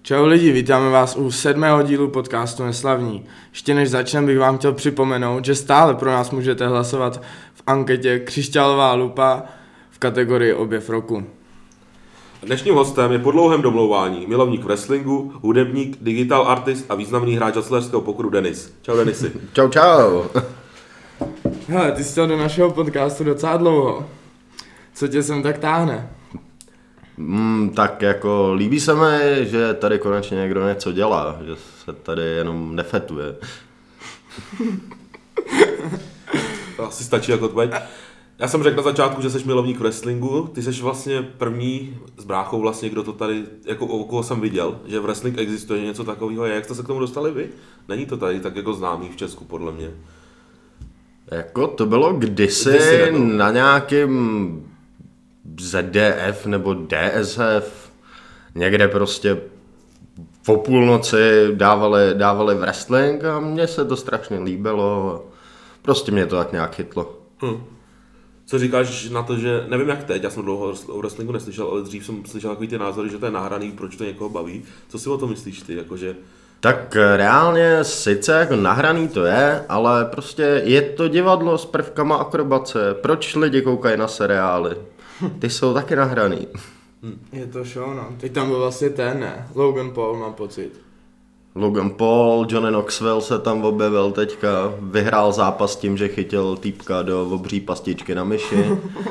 Čau lidi, vítáme vás u 7. dílu podcastu Neslavní. Ještě než začneme bych vám chtěl připomenout, že stále pro nás můžete hlasovat v anketě Křišťálová lupa v kategorii objev roku. Dnešním hostem je po dlouhém domlouvání milovník wrestlingu, hudebník, digital artist a významný hráč hustlerského pokeru Denis. Čau Denisi. Čau. Hele, ty jsi to do našeho podcastu docela dlouho. Co tě sem tak táhne? Tak jako líbí se mi, že tady konečně někdo něco dělá, že se tady jenom nefetuje. To asi stačí jako odpověď. Já jsem řekl na začátku, že jsi milovník wrestlingu, ty jsi vlastně první s bráchou vlastně, kdo to tady, jako o koho jsem viděl, že wrestling existuje, že něco takového je. Jak jste se k tomu dostali vy? Není to tady tak jako známý v Česku, podle mě. Jako to bylo kdysi na nějakým ZDF nebo DSF, někde prostě po půlnoci dávali wrestling a mně se to strašně líbilo a prostě mě to tak nějak chytlo. Co říkáš na to, že, nevím jak teď, já jsem dlouho o wrestlingu neslyšel, ale dřív jsem slyšel takový ty názory, že to je nahraný, proč to někoho baví. Co si o tom myslíš ty, jakože... Tak reálně sice jako nahraný to je, ale prostě je to divadlo s prvkama akrobace. Proč lidi koukají na seriály? Ty jsou taky nahraný. Je to show, no. Teď tam byl vlastně ten, ne? Logan Paul, mám pocit. Logan Paul, Johnny Knoxville se tam objevil teďka, vyhrál zápas tím, že chytil týpka do obří pastičky na myši.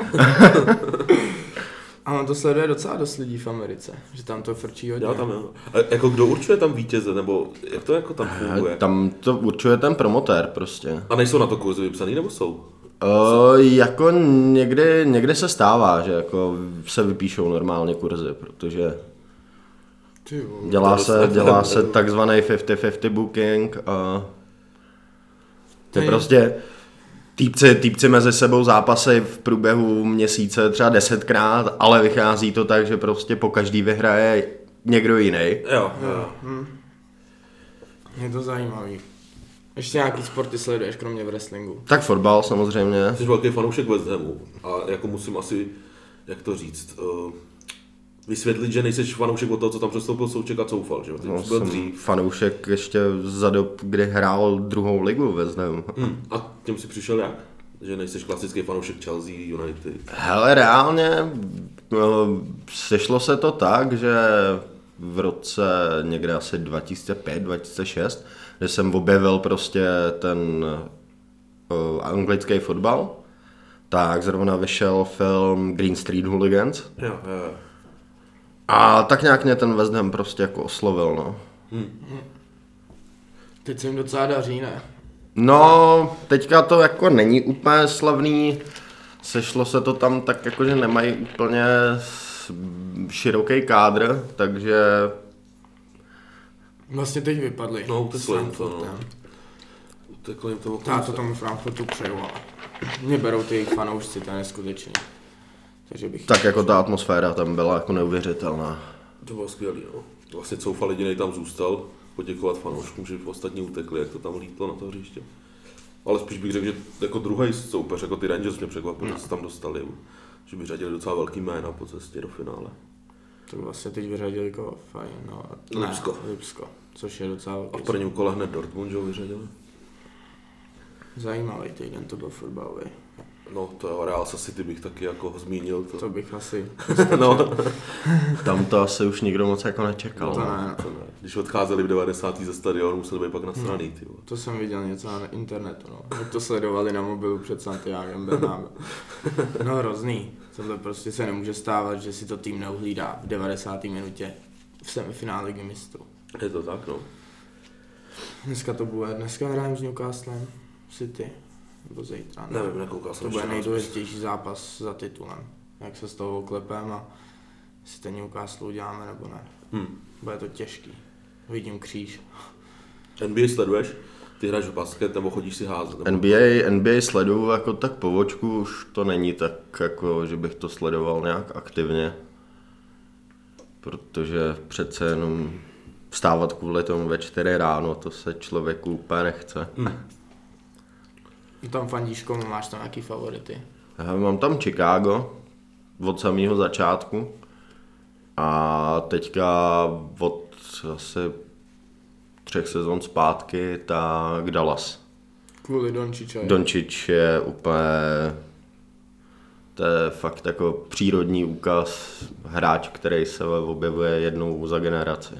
A on to sleduje docela dost lidí v Americe, že tam to frčí hodně. Já tam jo. A jako kdo určuje tam vítěze, nebo jak to jako tam funguje? Tam to určuje ten promotér prostě. A nejsou na to kurzy vypsaný, nebo jsou? Jako někdy se stává, že jako se vypíšou normálně kurzy, protože dělá se takzvaný 50-50 booking a ty prostě týpci mezi sebou zápasy v průběhu měsíce třeba 10krát, ale vychází to tak, že prostě po každý vyhraje někdo jiný. Jo. Je to zajímavý. Ještě nějaký sporty sleduješ, kromě wrestlingu? Tak fotbal samozřejmě. Jsi velký fanoušek West Hamu a jako musím asi, jak to říct, vysvětlit, že nejseš fanoušek od toho, co tam přestoupil Souček a Coufal, že? Ty No, byl jsem dřív. fanoušek ještě za dob, kdy hrál druhou ligu West Ham. A tím si přišel jak? Že nejseš klasický fanoušek Chelsea, United? Hele, reálně sešlo se to tak, že v roce někde asi 2005-2006, kde jsem objevil prostě ten anglický fotbal, tak zrovna vyšel film Green Street Hooligans. Jo. A tak nějak mě ten West Ham prostě jako oslovil, no. Teď se jim docela daří, ne? No, teďka to jako není úplně slavný, sešlo se to tam tak jako, že nemají úplně široký kádr, takže... Vlastně teď vypadli. No, uteklo jim to, no. Uteklo jim to Já to tomu Frankfurtu přeju, ale mě berou ty jejich fanoušci, to je neskutečný. Takže bych... Tak jako ta atmosféra tam byla jako neuvěřitelná. To bylo skvělý, no. Vlastně Coufal jedinej tam zůstal, poděkovat fanouškům, že ostatní utekli, jak to tam lítlo na to hřiště. Ale spíš bych řekl, že jako druhý soupeř, jako ty Rangers mě překvapili, že se tam dostali, že by řadili docela velký jména po cestě do finále. To vlastně teď vyřadili koho? Fajn, no. Lipsko, což je docela velký. A v prvním kole hned Dortmund, že ho vyřadili. Zajímavý týden to byl fotbalový. No to jo, Real City bych taky jako zmínil. To bych asi... No. Tam to asi už nikdo moc jako nečekal. No to ne. Když odcházeli v 90. ze stadionu, museli být pak nasraný, ty. To jsem viděl něco na internetu, no. Jak to sledovali na mobilu před Santiagem Bernabeu. No hrozný. Tohle prostě se nemůže stávat, že si to tým neuhlídá v 90. minutě v semifinále Ligy mistrů. Je to tak, no. Dneska hrajeme s Newcastlem City. Nebo zítra. Nevím, nekoukal jsem. To bude nejdůležitější zápas za titulem. Jak se z toho oklepem a jestli ten Newcastle uděláme nebo ne. Bude to těžký. Vidím kříž. NBA sleduješ? Ty hraješ v basket nebo chodíš si házet? NBA sleduju jako tak po očku, už to není tak jako, že bych to sledoval nějak aktivně. Protože přece jenom vstávat kvůli tomu ve 4 ráno, to se člověku úplně nechce. Tam fandíš komu, máš tam nějaký favority? Mám tam Chicago od samého začátku a teďka od asi 3 sezon zpátky, tak Dallas. Kvůli Dončičovi. Dončič je úplně, to je fakt jako přírodní úkaz, hráč, který se objevuje jednou za generaci.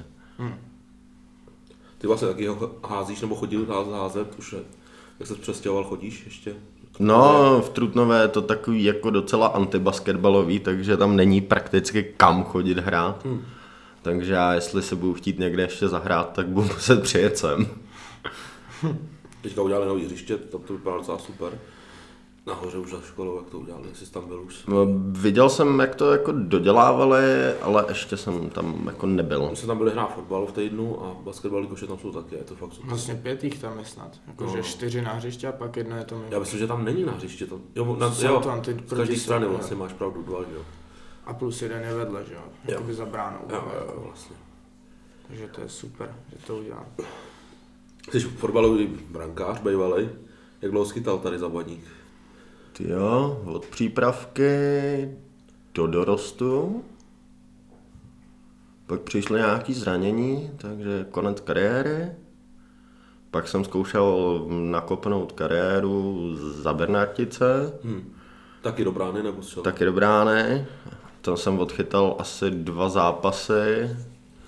Ty vlastně taky ho házíš nebo chodil házet, už jak se přestěhoval, chodíš ještě? No, v Trutnově je to takový jako docela antibasketbalový, takže tam není prakticky kam chodit hrát. Takže já, jestli se budu chtít někde ještě zahrát, tak budu muset přijet sem. Teďka udělali nový hřiště, tam to vypadá docela super. Nahoře už za školou, jak to udělali, jestli jsi tam byl už. No, viděl jsem, jak to jako dodělávali, ale ještě jsem tam jako nebyl. My jsme tam byli hrát fotbalu v týdnu a basketbalový koše tam jsou taky, je to fakt super. Vlastně 5 jich tam je snad. Jakože 4 na hřiště a pak jedno je to mimo. Já myslím, že tam není na hřiště, Jsou tam ty z každé strany jo. vlastně máš pravdu, 2, jo. A plus jeden je vedle, že jo? Jakoby za bránou. Jo, vlastně. Takže to je super, že to udělám. Jsi fotbalový brankář, bývalej. Jak dlouho schytal tady za Baník? Jo, od přípravky do dorostu. Pak přišly nějaké zranění, takže konec kariéry. Pak jsem zkoušel nakopnout kariéru za Bernardice. Taky do brány nebo střel? Taky do brány. Tam jsem odchytal asi 2 zápasy.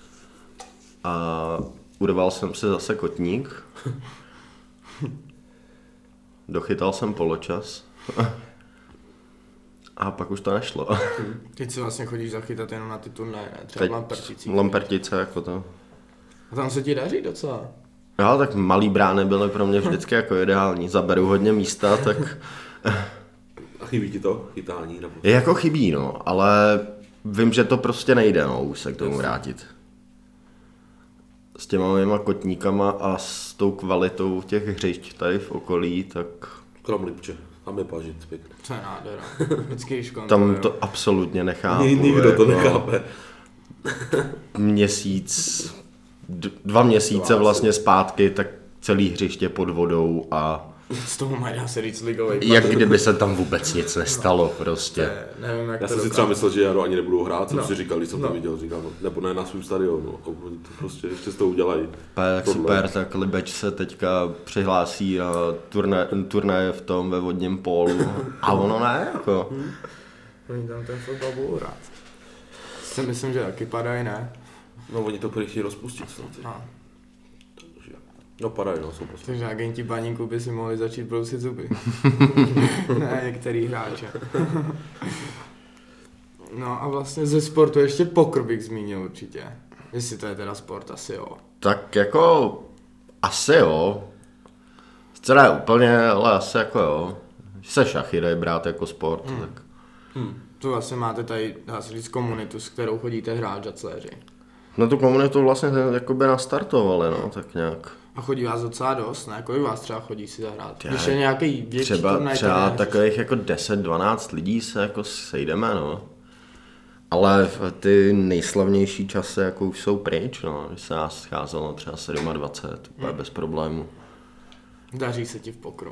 A urval jsem si zase kotník. Dochytal jsem poločas. A pak už to nešlo. Teď si vlastně chodíš zachytat jenom na ty turnaje, ne? Třeba v Lamperticích. Lampertice jako to. A tam se ti daří docela. Jo, tak malý brány byly pro mě vždycky jako ideální. Zaberu hodně místa, tak A chybí ti to chytání? Nebo... je jako chybí, no, ale vím, že to prostě nejde, no, už se k tomu vrátit. S těma mýma kotníkama a s tou kvalitou těch hřišť tady v okolí, tak Krom Lipče, tam je pažit pěkně. To je nádhera. Vždycky, když tam kontroluju. to absolutně nechápu. Nikdo to jako nechápe. Měsíc, 2 měsíce vlastně zpátky, tak celý hřiště pod vodou a Z toho mají, dá se říct, ligovej. jak kdyby se tam vůbec nic nestalo prostě. Nevím, jak Já to jsem si dokážu. třeba myslel, že Jaro ani nebudou hrát, jsem No. si říkal, když jsem to viděl, říkám, no, nebo ne na svůj stadion, no, a oni to prostě ještě z toho udělají. Tak Tohle. super, tak Libeč se teďka přihlásí na turnaje v tom ve vodním pólu a ono ne, jako. Oni tam ten fotbal budou hrát. Si myslím, že taky padají, ne? No oni to chtějí rozpustit snad. No. No padají, no, jsou prostě. Takže agenti Baníku by si mohli začít brousit zuby. Ne, některý hráče. No a vlastně ze sportu ještě poker bych zmínil určitě. Jestli to je teda sport, asi jo. Tak jako asi jo. Zcela ne úplně, ale asi jako jo. Když se šachy dají brát jako sport, tak. Tu vlastně máte tady, dá se říct, komunitu, s kterou chodíte hrát žacléři. No tu komunitu vlastně jakoby nastartovali, no, tak nějak. A chodí vás docela dost, ne? Kolik vás třeba chodí si zahrát? Když je nějaký větší Třeba turnaj, takových jako 10-12 lidí se jako sejdeme, no. Ale ty nejslavnější časy jako už jsou pryč, no. Když se nás scházelo třeba 27, úplně bez problémů. Daří se ti v pokru.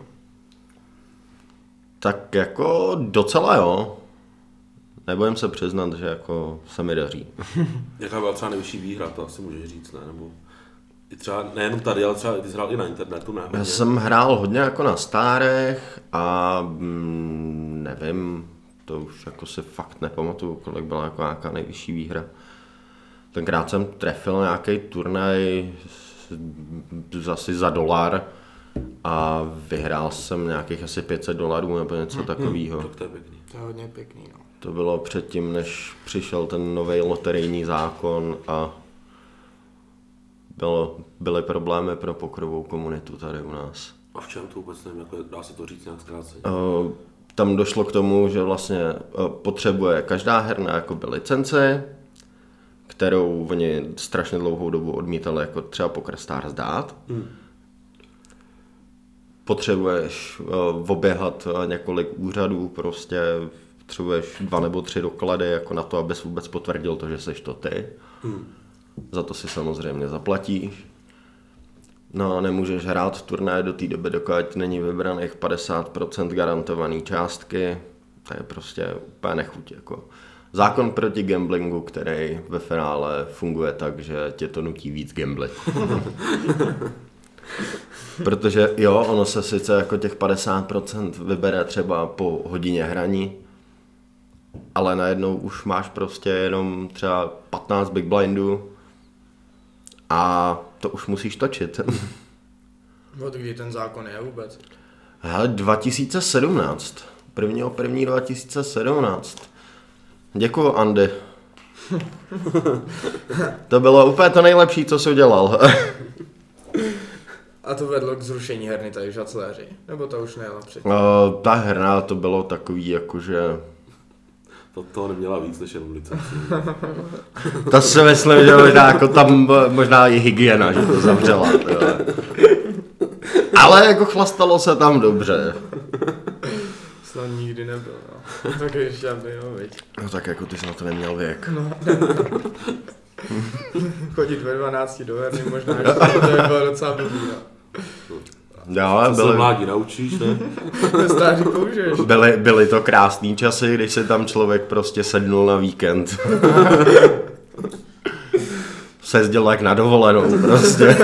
Tak jako docela jo. Nebojím se přiznat, že jako se mi daří. Jaká byla třeba nejvyšší výhra, to asi můžeš říct, ne? Nebo i třeba nejenom tady, ale třeba ty jsi hrál i na internetu, ne? Já jsem hrál hodně jako na stárech a nevím, to už jako si fakt nepamatuju, kolik byla jako nějaká nejvyšší výhra. Tenkrát jsem trefil nějaký turnaj asi za $1 a vyhrál jsem nějakých asi $500 nebo něco takového. Tak to je pěkný. To je hodně pěkný, no. To bylo předtím, než přišel ten nový loterijní zákon a byly problémy pro pokerovou komunitu tady u nás. A v čem to vůbec nevím, jako dá se to říct nějak zkráceně? Tam došlo k tomu, že vlastně potřebuje každá herna jakoby licenci, kterou oni strašně dlouhou dobu odmítali jako třeba PokerStars dát. Potřebuješ oběhat několik úřadů, prostě potřebuješ 2 nebo 3 doklady jako na to, abys vůbec potvrdil to, že seš to ty. Za to si samozřejmě zaplatíš. No a nemůžeš hrát turnaje do té doby, dokud není vybraných 50% garantované částky. To je prostě úplně nechuť. Jako. Zákon proti gamblingu, který ve finále funguje tak, že tě to nutí víc gamblit. Protože jo, ono se sice jako těch 50% vybere třeba po hodině hraní, ale najednou už máš prostě jenom třeba 15 big blindů a to už musíš točit. Od kdy ten zákon je vůbec? Hele, 2017. 1.1. 2017. Děkuju, Andy. To bylo úplně to nejlepší, co jsi udělal. A to vedlo k zrušení herny tady v Žacléři? Nebo to už nejela předtím? Ta herna to bylo takový jakože... To neměla víc než jenom licenci. To si myslím, že možná jako tam možná i hygiena, že to zavřela. Ale jako chlastalo se tam dobře. Snad nikdy nebyl, no. Tak ještě aby, jo, viď. No tak jako ty jsi na to neměl věk. No. Chodit ve 12 do herny možná, že to je bylo docela blbý, no. Jo, Co se mládí naučíš, ne? To stáří použiješ. Byly to krásný časy, když se tam člověk prostě sednul na víkend. Sezdil jak na dovolenou prostě.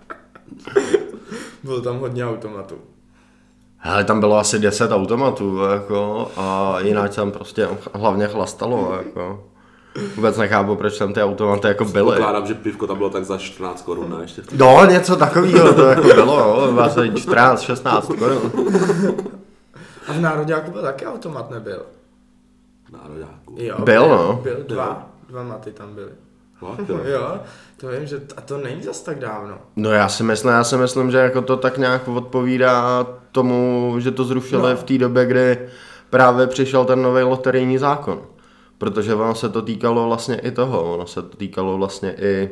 Bylo tam hodně automatů. Hele, tam bylo asi 10 automatů, jako, a jinak tam prostě hlavně chlastalo, jako. Vůbec nechápu, proč tam ty automaty jako byly. Pokládám, že pivko tam bylo tak za 14 korun, ne? Ještě No, něco takového to jako bylo, jo, vlastně 14, 16 korun. A v Nároďáku byl taky automat, nebyl? Nároďáku. Jo, Byl, no. Byl, dva maty tam byly. Fakt, jo. Jo, to vím, že a to není zas tak dávno. No já si myslím, že jako to tak nějak odpovídá tomu, že to zrušili v té době, kdy právě přišel ten nový loterijní zákon. Protože ono se to týkalo vlastně i toho, ono se to týkalo vlastně i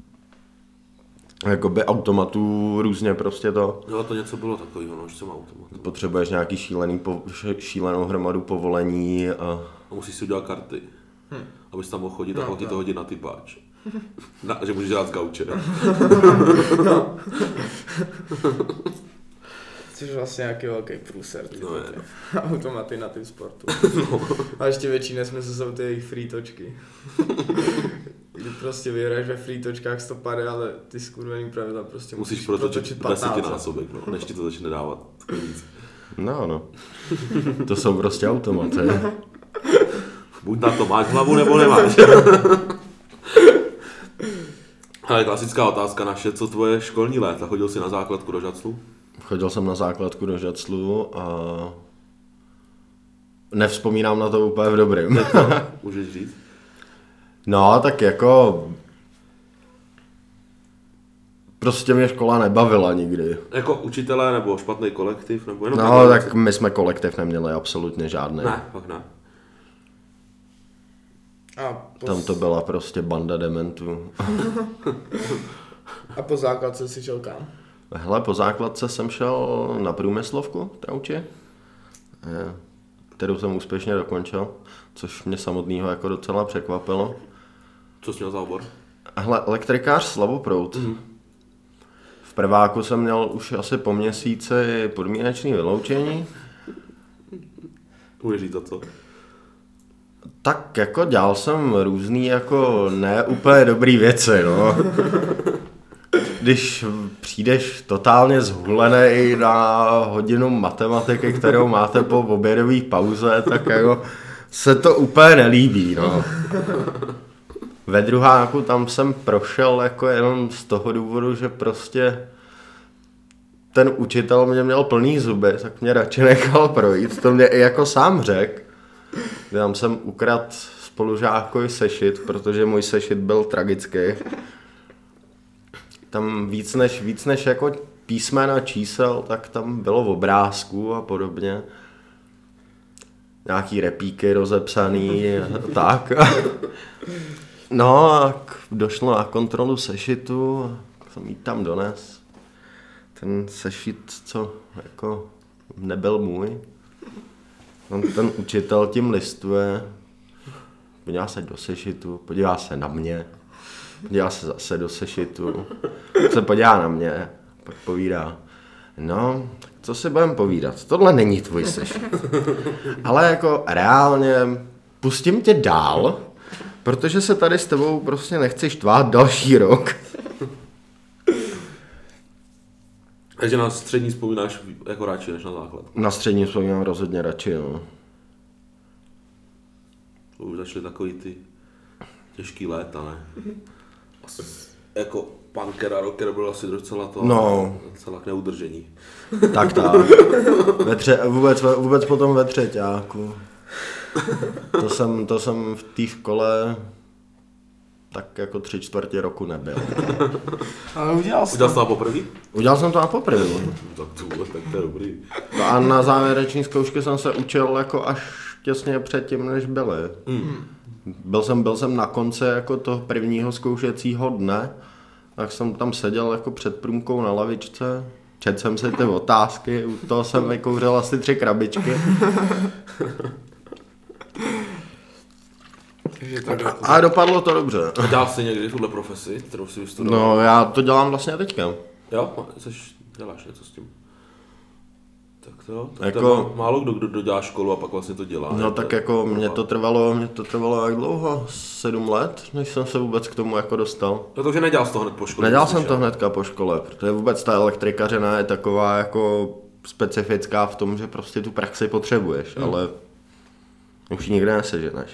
jakoby automatů různě prostě to. Jo, to něco bylo takového, no, že jsem automat. Potřebuješ nějaký šílenou hromadu povolení a... A musíš si udělat karty, abys tam mohl chodit a pak ti to hodit na typáč. Že můžeš dělat z gauče, ne? No. Což vlastně nějaký velký průser. No je. Automaty na tím sportu. No. A ještě větší nesmysl jsou ty jejich free točky. Kdy prostě vyhraješ ve free točkách 150, ale ty skurvený pravidla prostě musíš protočit 10násobek, no, než ti to začne dávat víc. No. To jsou prostě automaty. Buď na to máš hlavu, nebo nemáš. Ale klasická otázka naše, co tvoje školní léta? Chodil jsi na základku do Žaclu? Chodil jsem na základku do Žaclu a nevzpomínám na to úplně v dobrým. Můžeš říct? No, tak jako... Prostě mě škola nebavila nikdy. Jako učitelé nebo špatný kolektiv? Nebo jenom no, tak my jsme kolektiv neměli absolutně žádný. Ne, fakt ne. Tam to byla prostě banda dementů. A po základce si šel kam? Hele, po základce jsem šel na průmyslovku Trauči, kterou jsem úspěšně dokončil, což mě samotného jako docela překvapilo. Co jsi měl za obor? Hele, elektrikář slavoproud. V prváku jsem měl už asi po měsíci podmínečné vyloučení. Můžeš říct za co? Tak jako dělal jsem různý jako ne úplně dobrý věci, no. Když přijdeš totálně zhulený na hodinu matematiky, kterou máte po obědové pauze, tak jako se to úplně nelíbí, no. Ve druháku tam jsem prošel jako jenom z toho důvodu, že prostě ten učitel mě měl plný zuby, tak mě radši nechal projít, to mě i jako sám řekl. Tam jsem ukradl spolužákovi sešit, protože můj sešit byl tragický. Tam víc než jako písmena čísel, tak tam bylo obrázků a podobně. Nějaký repíky rozepsaný, tak. No a došlo na kontrolu sešitu a jsem jí tam dones. Ten sešit, co jako nebyl můj. Ten učitel tím listuje, podívá se do sešitu, podívá se na mě, podívá se zase do sešitu, se podívá na mě, pak povídá, no, tak co si budeme povídat, tohle není tvůj sešit. Ale jako reálně pustím tě dál, protože se tady s tebou prostě nechci štvát další rok. Takže na střední vzpomínáš jako radši než na základ. Na střední vzpomínám rozhodně radši, no. To už začaly takový ty těžký léta, ne? Asi jako punker a rocker byl asi docela k neudržení. Tak. Vůbec potom ve třeťáku. To jsem v té škole tak jako 3/4 roku nebyl. Ale udělal jsi to na poprvé? Udělal jsem to na poprvé. Tak to je dobrý. A na závěreční zkoušky jsem se učil jako až těsně předtím, než byly. Byl jsem na konci jako toho prvního zkoušecího dne, tak jsem tam seděl jako před průmkou na lavičce, četl jsem si ty otázky, u toho jsem vykouřil asi 3 krabičky. A dopadlo to dobře. A dělal jsi někdy tuhle profesi, kterou jsi vystudoval? No, já to dělám vlastně teďka. Jo? Děláš něco s tím? Tak to jako, málo kdo dělá školu a pak vlastně to dělá. No tak jako mě to trvalo jak dlouho? 7 let, než jsem se vůbec k tomu jako dostal. No to, že nedělal jsi to hned po škole? Nedělal jsem to hnedka po škole, protože vůbec ta elektrikařina je taková jako specifická v tom, že prostě tu praxi potřebuješ, ale už ji nikde neseženeš.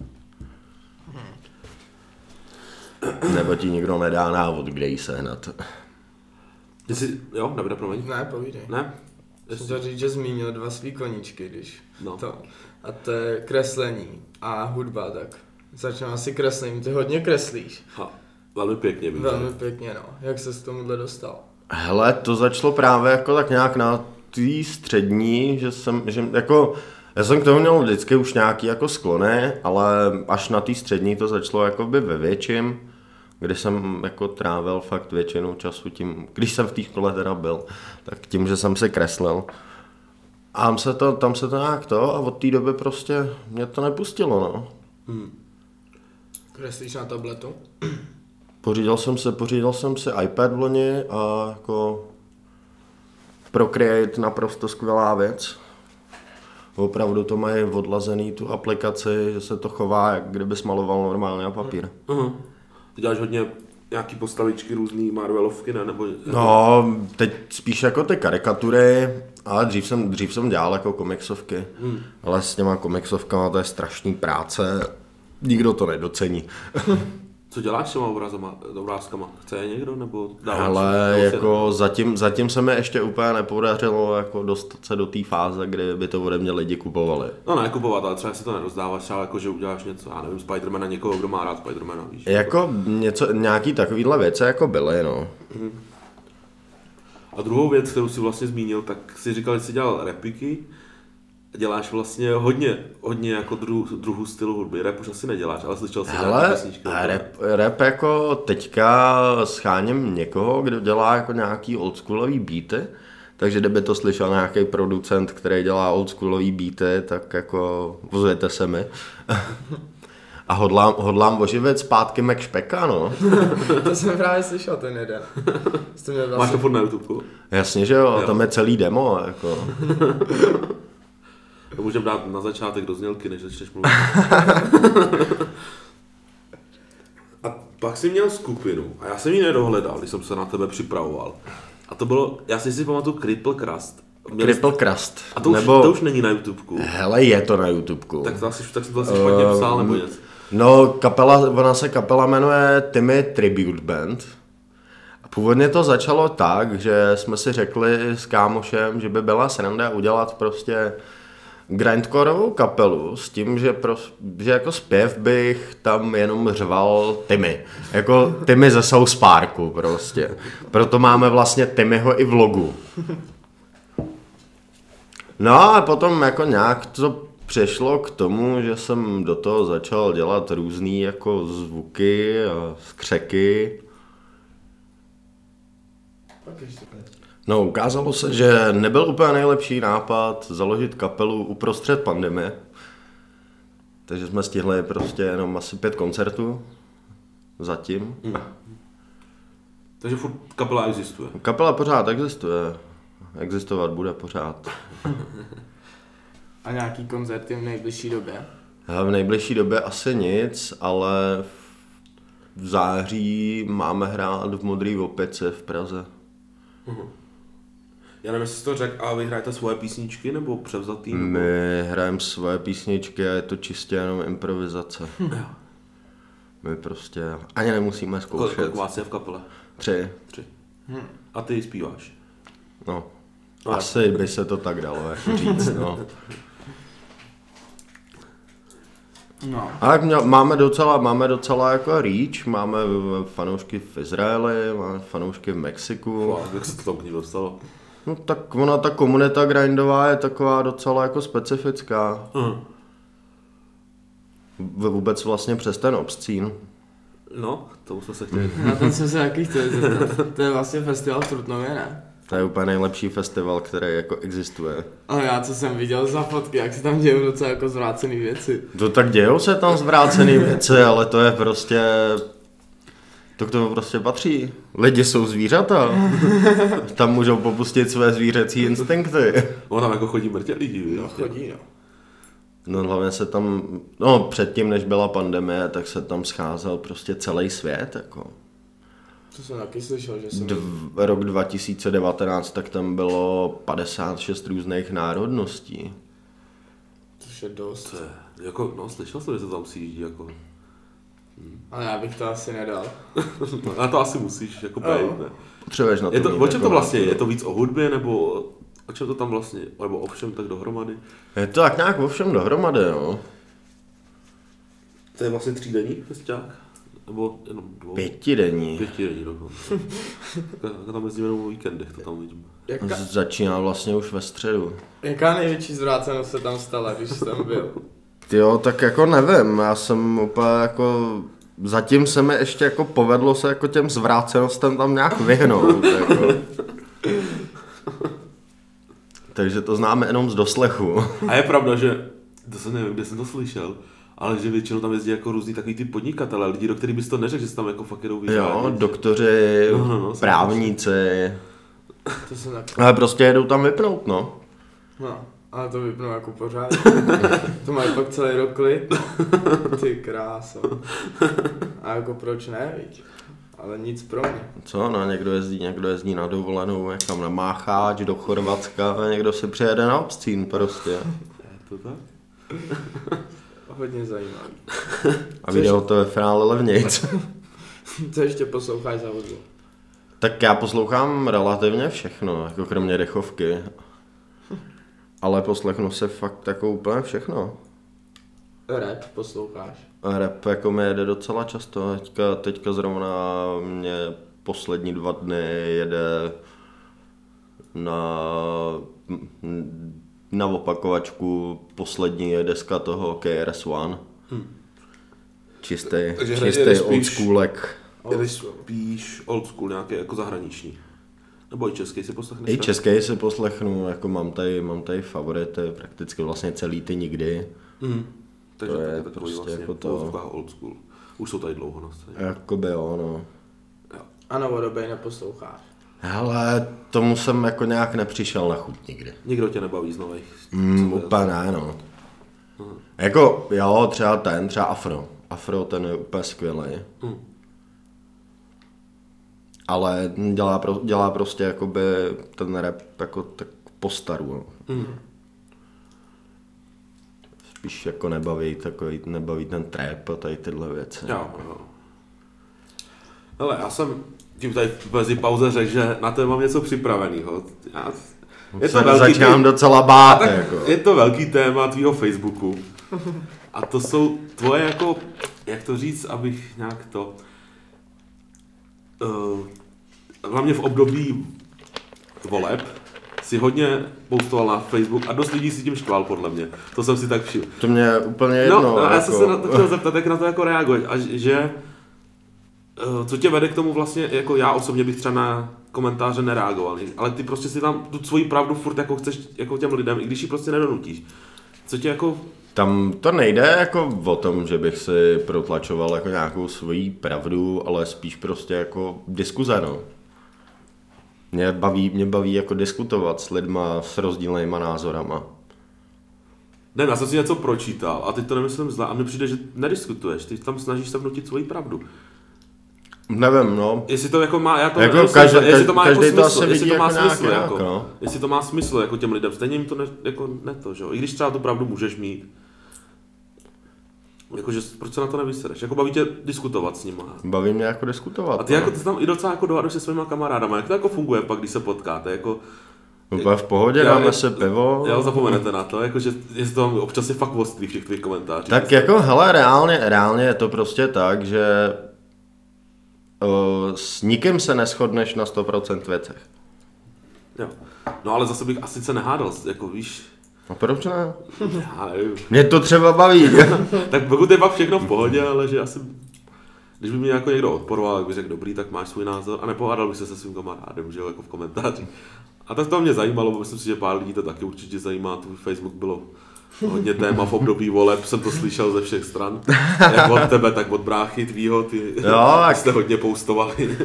Nebo ti nikdo nedá návod, kde jí sehnat. Ty jsi, jo, nebude, promiň. Ne, povídej. Ne? Jsem chtěl říct, že zmínil 2 svý koníčky, když No. to. A to je kreslení a hudba, tak začnu asi kreslením, ty hodně kreslíš. Velmi pěkně bych Velmi pěkně, no. Jak ses k tomuhle dostal? Hele, to začalo právě jako tak nějak na té střední, že já jsem k tomu měl vždycky už nějaký jako sklony, ale až na té střední to začalo jakoby ve větším, kdy jsem jako trávil fakt většinu času tím, když jsem v té škole teda byl, tak tím, že jsem si kreslil. A tam se to nějak a od té doby prostě mě to nepustilo, no. Kreslíš na tabletu? Pořídil jsem si iPad v loni a jako Procreate naprosto skvělá věc. Opravdu to mají odlazený tu aplikaci, že se to chová, jak kdyby smaloval normálně na papír. Ty děláš hodně nějaký postavičky, různý Marvelovky, ne? Nebo... No, teď spíš jako ty karikatury, ale dřív jsem dělal jako komiksovky. Ale s těma komiksovkama to je strašný práce, nikdo to nedocení. Co děláš s těma obrázkama? Chce je někdo, nebo dáváš? Ale jako zatím se mi ještě úplně nepodařilo jako dostat se do té fáze, kdy by to ode mě lidi kupovali. No ne kupovat, ale třeba si to nerozdáváš, třeba jako, že uděláš něco, já nevím, Spidermana, někoho, kdo má rád Spidermana, víš? Jako nějaký takovýhle věci jako byly, no. A druhou věc, kterou si vlastně zmínil, tak si říkal, že jsi dělal repliky, děláš vlastně hodně jako druhu stylu hudby. Rap už asi neděláš, ale slyšel jsi nějaké písničky. Rap jako teďka scháním někoho, kdo dělá jako nějaký oldschoolový beaty, takže kdyby to slyšel nějaký producent, který dělá oldschoolový beaty, tak jako ozvěte se mi. A hodlám oživit zpátky Mac Špeka, no. To jsem právě slyšel ten jeden. Máš to furt na YouTube? Jasně, že jo, tam je celý demo, jako. To můžeme dát na začátek do znělky, než začneš mluvit. A pak jsi měl skupinu a já jsem ji nedohledal, když jsem se na tebe připravoval. A to bylo, já si pamatuju Cripple Crust. Cripple Crust. A to už není na YouTubeku. Hele, je to na YouTubeku. Tak jsem to asi špatně psal nebo něco. No, ona se kapela jmenuje Timmy Tribute Band. A původně to začalo tak, že jsme si řekli s kámošem, že by byla sranda udělat prostě grindcoreovou kapelu s tím, že jako zpěv bych tam jenom řval Timmy. Jako Timmy ze South Parku prostě. Proto máme vlastně Timmyho i v logu. No a potom jako nějak to přešlo k tomu, že jsem do toho začal dělat různý jako zvuky a skřeky. No, ukázalo se, že nebyl úplně nejlepší nápad založit kapelu uprostřed pandemie. Takže jsme stihli prostě jenom asi 5 koncertů. Zatím. Takže furt kapela existuje. Kapela pořád existuje. Existovat bude pořád. A nějaký koncerty v nejbližší době? V nejbližší době asi nic, ale v září máme hrát v Modrý Opici v Praze. Já nevím, jestli jsi to řekl, a vy hrajete svoje písničky nebo převzatý? Nebo... My hrajeme svoje písničky a je to čistě jenom improvizace. My prostě ani nemusíme zkoušet. Kolik vás je v kapele? 3. A ty zpíváš? No, asi by se to tak dalo jako říct, no. No. A máme docela jako reach, máme fanoušky v Izraeli, máme fanoušky v Mexiku. Jak se to tam k ní dostalo? No tak ona, ta komunita grindová je taková docela jako specifická. Vůbec vlastně přes ten obscín. No, tomu jsme se chtěli. Na ten jsem se taky chtěl zeptat. To je vlastně festival v Trutnově, ne? To je úplně nejlepší festival, který jako existuje. Ale já co jsem viděl za fotky, jak se tam dějou docela jako zvrácený věci. To tak dějou se tam zvrácený věci, ale to je prostě... To k tomu prostě patří. Lidi jsou zvířata. Tam můžou popustit své zvířecí instinkty. No tam jako chodí mrtě lidí, No chodí, no. No hlavně se tam, no předtím, než byla pandemie, tak se tam scházel prostě celý svět, jako. To jsem taky slyšel, že jsem... Rok 2019, tak tam bylo 56 různých národností. Což je dost. To je, jako, no slyšel jsem, že se tam sjíždí, jako. Ale já bych to asi nedal. Na to asi musíš, jako bejt, ne? Potřebuješ na to Je to, mít o čem jako to vlastně je? názor. Je to víc o hudbě, nebo o čem to tam vlastně, nebo o všem tak dohromady? Je to tak nějak o všem dohromady, no. To je vlastně 3denní festiák? Nebo jenom 2? 5denní. 5denní dokonce. Tak tam jezdíme jenom o víkendech, to tam vidím. Začíná vlastně už ve středu. Jaká největší zvrácenost se tam stala, když jsi tam byl? Jo, tak jako nevím, já jsem úplně jako... Zatím se mi ještě jako povedlo se jako těm zvrácenostem tam nějak vyhnout, jako. Takže to známe jenom z doslechu. A je pravda, že, to jsem nevím, kde jsem to slyšel, ale že většinou tam jezdí jako různý takový ty podnikatelé, lidi, do kterých bys to neřekl, že se tam jako fakt jedou vyžádit. Jo, doktoři, právníci, To jsem taky... ale prostě jedou tam vypnout, no. No, ale to vypnu jako pořád. To mají pak celý rok klid. Ty kráso. A jako proč ne, víš? Ale nic pro mě. Co, no, někdo jezdí na dovolenou, někam na Mácháč, do Chorvatska a někdo si přijede na obscín prostě. Je to tak? Hodně zajímavý. A video to ve finále levnějc. Co ještě posloucháš za hudbu? Tak já poslouchám relativně všechno, jako kromě dechovky. Ale poslechnu se fakt jako úplně všechno. Rap posloucháš? A rap jako mi jede docela často, teďka zrovna mě poslední 2 dny jede na opakovačku poslední je deska toho KRS-One. Čistý old schoolek. Jedeš spíš old school, nějaký jako zahraniční. Nebo i český si poslechneš? I český si poslechnu, jako mám tady favority, prakticky vlastně celý ty nikdy. Takže to je takový prostě vlastně jako to. old school. Už jsou tady dlouho na scéně. Jakoby jo, no. A novodobej neposloucháš? Hele, tomu jsem jako nějak nepřišel na chuť nikdy. Nikdo tě nebaví z nových? Úplně ne, no. Jako, jo, třeba Afro. Afro, ten je úplně skvělý. Ale dělá prostě jakoby ten rap jako tak po staru. Spíš jako nebaví ten trap a tady tyhle věci. Jo. Hele, já jsem tím tady v mezi pauze řekl, že na to mám něco připravenýho. Začínám docela bát. Jako. Je to velký téma tvýho Facebooku. A to jsou tvoje jako, jak to říct, abych nějak to... hlavně v období voleb si hodně postoval na Facebook a dost lidí si tím štval, podle mě. To jsem si tak všiml. To mě je úplně jedno. No, jako... já jsem se na to chtěl zeptat, jak na to jako reaguješ. A že... co tě vede k tomu vlastně, jako já osobně bych třeba na komentáře nereagoval, ale ty prostě si tam tu svoji pravdu furt jako chceš jako těm lidem, i když ji prostě nedonutíš. Co tě jako... Tam to nejde jako o tom, že bych si protlačoval jako nějakou svoji pravdu, ale spíš prostě jako diskuze, no. Mě baví jako diskutovat s lidma s rozdílnýma názorama. Ne, já jsem si něco pročítal a teď to nemyslím zle a mně přijde, že nediskutuješ, ty tam snažíš se vnutit svoji pravdu. Nevím, no. Jestli to jako má, já to jako nemyslím, jestli to má jako každý to smysl, asi jestli vidí to má jako smysl, nějak, jako, no. jestli to má smysl jako těm lidem, stejně jim to ne to, že jo, i když třeba tu pravdu můžeš mít, jakože proč se na to nevysereš, jako baví tě diskutovat s nima. Baví mě jako diskutovat. A ty jako ty tam i docela jako dohaduješ se svýma kamarádama, jak to jako funguje pak, když se potkáte, jako... Úplně v pohodě, dáme se pivo. Jo, zapomenete na to, jakože jestli to tam občas je fakt ostrý v těch tvých komentářích. Tak jako hele, reálně je to prostě tak, že s nikým se neshodneš na 100% věcech. Jo. No ale zase bych asi se nehádal, jako víš... A proč ne? Já nevím. Mě to třeba baví. Tak pokud je pak všechno v pohodě, ale že asi... Když by mě jako někdo odporoval, tak bych řekl dobrý, tak máš svůj názor a nepohádal bych se svým kamarádem, že jo, jako v komentáři. A tak to mě zajímalo, myslím si, že pár lidí to taky určitě zajímá, tvůj Facebook bylo hodně téma v období voleb, jsem to slyšel ze všech stran. Jak od tebe, tak od bráchy tvýho, ty jste hodně poustovali.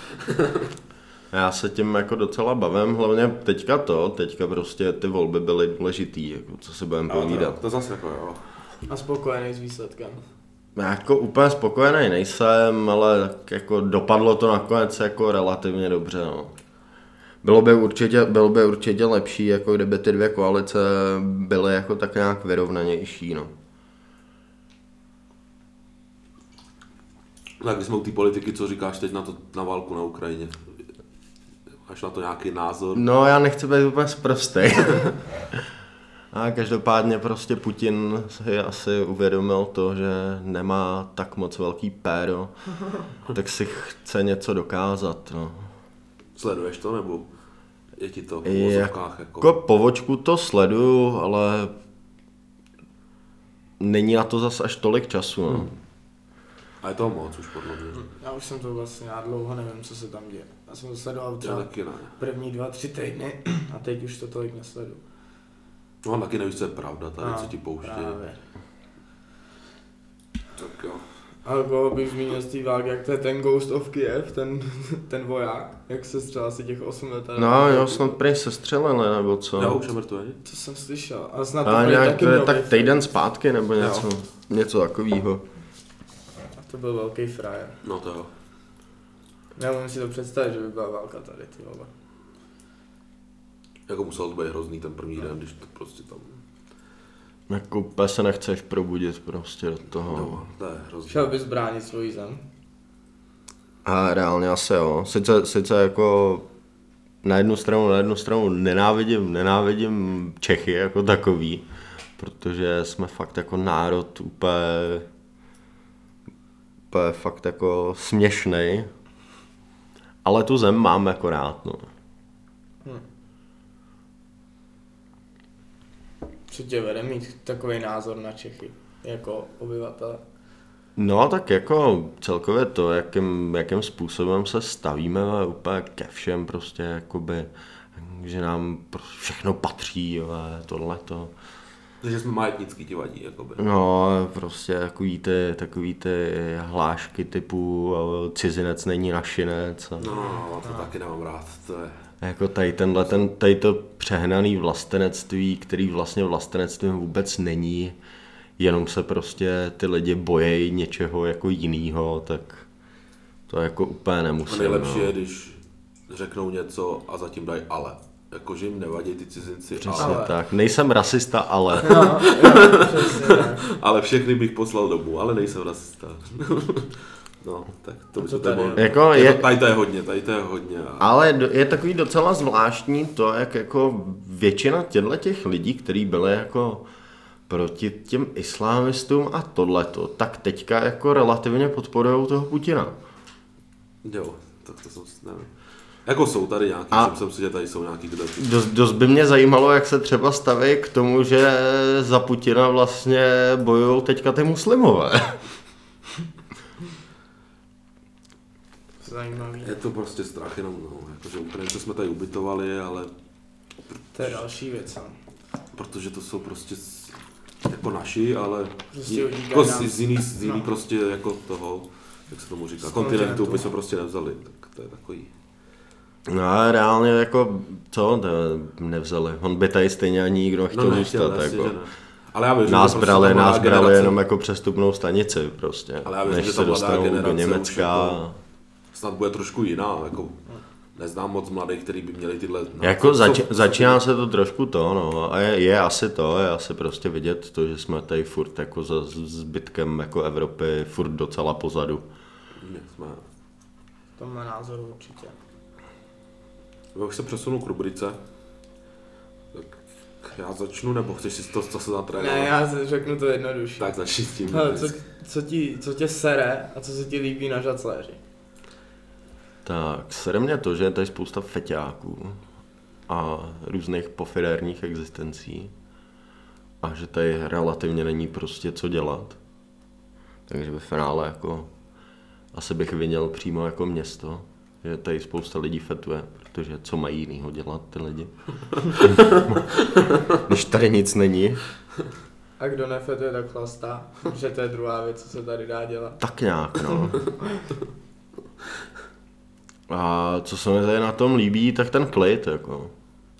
Já se tím jako docela bavím, hlavně teďka prostě ty volby byly důležitý, jako co si budeme povídat. To zase jako jo. A spokojený s výsledkem. Já jako úplně spokojený nejsem, ale tak jako dopadlo to nakonec jako relativně dobře, no. Bylo by určitě lepší, jako kdyby ty dvě koalice byly jako tak nějak vyrovnanější, no. Tak když jsme u té politiky, co říkáš teď na válku na Ukrajině? Máš na to nějaký názor? No, já nechci být úplně sprostej. A každopádně prostě Putin si asi uvědomil to, že nemá tak moc velký péro, tak si chce něco dokázat, no. Sleduješ to, nebo je ti to v uvozovkách jako povočku to sleduju, ale není na to zas až tolik času, no. A je toho moc už podle mě. Já už jsem to vlastně, já dlouho nevím, co se tam děje. Já jsem to sledoval třeba první 2-3 týdny a teď už to tolik nesleduju. No a taky nevíš, co je pravda tady, co ti pouští. Právě. Tak jo. Ale koho bych zmínil z té války, jak to je ten Ghost of Kiev, ten voják, jak se střel asi těch 8 let. No jo, snad prý se střelili, nebo co? Jo, už je mrtvý. To jsem slyšel, ale snad to nějak taky to je tak týden zpátky, nebo něco takového. A to byl velký frajer. No to jo. Nemůžu si to představit, že by byla válka tady, ty vole. Jako musel to být hrozný ten první den, když to prostě tam... Jako úplně se nechceš probudit prostě do toho. No, to je hrozný. Šel bys bránit svoji zem? A reálně asi jo. Sice jako na jednu stranu nenávidím Čechy jako takový, protože jsme fakt jako národ úplně fakt jako směšnej, ale tu zem mám jako rád, no. Co tě vede mít takový názor na Čechy, jako obyvatele? No tak jako celkově to, jakým způsobem se stavíme úplně ke všem prostě jakoby, že nám všechno patří, tohleto. Takže jsme majetnický, ti vadí, jakoby. No, prostě takový ty hlášky typu cizinec není našinec. No, to taky nemám rád, to je... Jako tady to přehnaný vlastenectví, který vlastně vlastenectvím vůbec není, jenom se prostě ty lidi bojejí něčeho jako jinýho, tak to jako úplně nemusím. A nejlepší je, když řeknou něco a zatím dají ale. Jakože jim nevadí ty cizinci, přesně ale. tak. Nejsem rasista, ale. No, přesně tak. Ale všechny bych poslal domů, ale nejsem rasista. No, tak to by to jako tady to je hodně. Ale je takový docela zvláštní to, jak jako většina těch lidí, kteří byli jako proti těm islámistům a tohleto, tak teďka jako relativně podporujou toho Putina. Jo, tak to jsem nevím. Jako jsou tady nějaký, jsem si, že tady jsou nějaký, kdo... Dost by mě zajímalo, jak se třeba staví k tomu, že za Putina vlastně bojují teďka ty muslimové. Zajímavý. Je to prostě strach jenom, no, jakože Ukrajince jsme tady ubytovali, ale... To je další věc, no. Protože to jsou prostě jako naši, ale prostě jako z jiný prostě jako toho, jak se tomu říká, kontinentu by jsme prostě nevzali, tak to je takový. No a reálně jako, co nevzali, on by tady stejně ani nikdo nechtěl zůstat, Jasně, jako. ne. Ale já věřím, nás že prostě brali generace, jenom jako přestupnou stanici prostě, ale já věřím, než že se ta mladá dostanou do generace Německa. už jako snad bude trošku jiná, jako neznám moc mladých, kteří by měli tyhle... Jako začíná se to trošku to, no, a je asi prostě vidět to, že jsme tady furt jako za zbytkem jako Evropy furt docela pozadu. Jsme... To má názor určitě. Jak se přesunu k rubrice, tak já začnu, nebo chceš si to zase natrénovat? Ne, já řeknu to jednodušší. Tak začni s tím. Hele, co tě sere a co se ti líbí na žacléři? Tak, sere mě to, že je tady spousta feťáků a různých pofidérních existencí a že tady relativně není prostě co dělat. Takže ve finále jako asi bych viněl přímo jako město, že tady spousta lidí fetuje, protože co mají jinýho dělat ty lidi, když tady nic není. A kdo nefetuje, tak chlastá, že to je druhá věc, co se tady dá dělat. Tak nějak, no. A co se mi tady na tom líbí, tak ten klid, jako.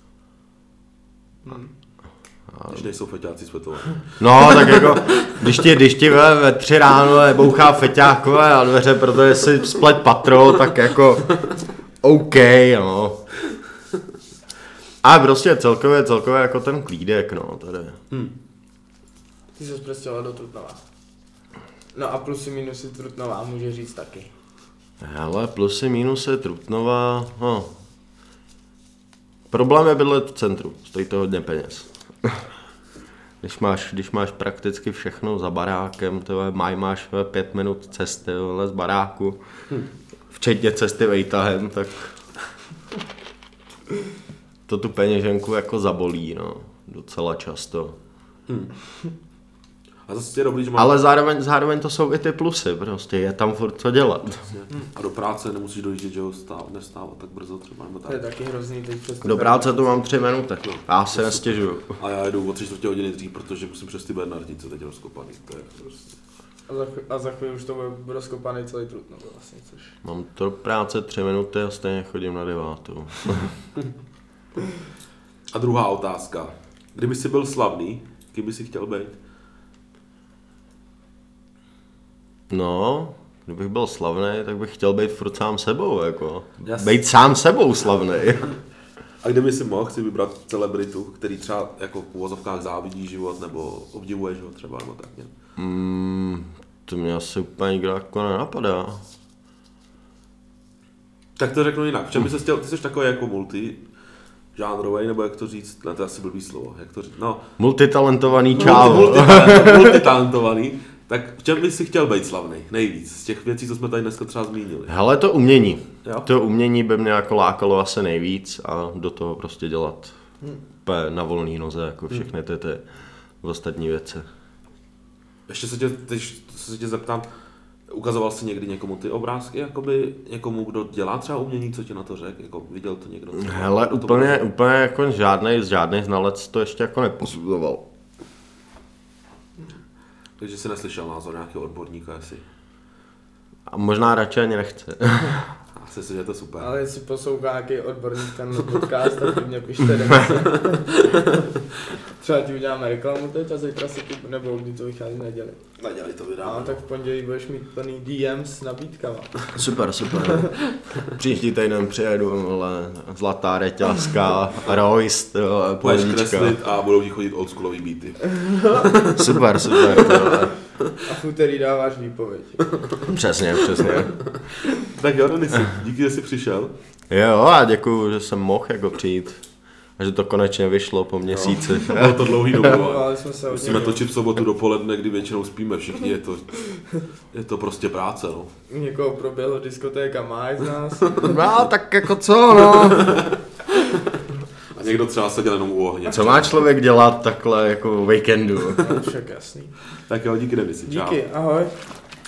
Když nejsou feťáci světové. No, tak jako, když ti ve 3 ráno bouchá feťákové a dveře, protože si splet patro, tak jako OK, no. A prostě celkově jako ten klídek, no, tady. Ty se přestěhoval do Trutnova. No a plusy minusy Trutnova může říct taky. Hele, plusy minusy Trutnova, no. Problém je bydlet v centru, stojí to hodně peněz. Když máš prakticky všechno za barákem, máš 5 minut cesty z baráku, včetně cesty vejtahem, tak to tu peněženku jako zabolí, no, docela často. A zase je dobrý, že Ale zároveň to jsou i ty plusy, prostě je tam furt co dělat. A do práce nemusíš dojíždět, že ho nevstávat tak brzo třeba, nebo tak. To je taky hrozný teď přes Do práce to mám 3 minuty, já se nestěžuju. A já jedu o 3/4 hodiny dřív, protože musím přes ty Bernardice teď rozkopaný, to je prostě... A za chvíli už to bude rozkopaný celý Trutnov vlastně, což... Mám do práce 3 minuty a stejně chodím na 9. A druhá otázka. Kdyby jsi byl slavný, kým by jsi chtěl být? No, kdybych byl slavný, tak bych chtěl být furt sám sebou, jako. Jasně. Být sám sebou slavný. A kdyby si mohl si vybrat celebritu, který třeba jako v uvozovkách závidí život, nebo obdivuješ ho třeba, nebo tak nějak? To mě asi úplně nikdo jako nenapadá. Tak to řeknu jinak. V čem by se chtěl, ty jsi takový jako multi-žánrovej, nebo jak to říct, ne, to je asi blbý slovo, jak to říct, no. Multitalentovaný čávo. Multitalentovaný. Tak v čem bys si chtěl být slavný nejvíc? Z těch věcí, co jsme tady dneska třeba zmínili. Hele, to umění. Jo? To umění by mě jako lákalo asi nejvíc a do toho prostě dělat úplně na volný noze, jako všechny ty ostatní věci. Ještě se tě zeptám, ukazoval jsi někdy někomu ty obrázky, jakoby někomu, kdo dělá třeba umění, co ti na to řekl? Jako viděl to někdo? Hele, úplně jako žádný znalec to ještě jako neposuzoval. Takže jsi neslyšel názor nějakého odborníka, jestli... A možná radši ani nechce. Asi si, že je to super. Ale jestli poslouchá nějaký odborník ten podcast, tak mě pište třeba ti uděláme reklamu teď a zítra si tu, nebo kdy to vychází neděli. Neděli to vydáme. A tak v pondělí budeš mít plný DM s nabídkama. Super. Příští týden přijedu, ale zlatá reťazka, Royce, budeš polnička. kreslit a budou ti chodit oldschoolový beaty. Super. A v úterý dáváš výpověď. Přesně. Tak jo, Denisi, díky, že jsi přišel. Jo, a děkuju, že jsem mohl jako přijít. A že to konečně vyšlo po měsíci. Bylo to dlouhý dobu. Ale jsme se Musíme točit v sobotu dopoledne, kdy většinou spíme všichni, je to prostě práce, no. Někoho proběhlo diskotéka máj z nás. No, tak jako co, no. A někdo třeba seděl jenom u ohně. Co má člověk dělat takhle jako o víkendu? No, však jasný. Tak jo, díky Denisi, čau. Díky, ahoj.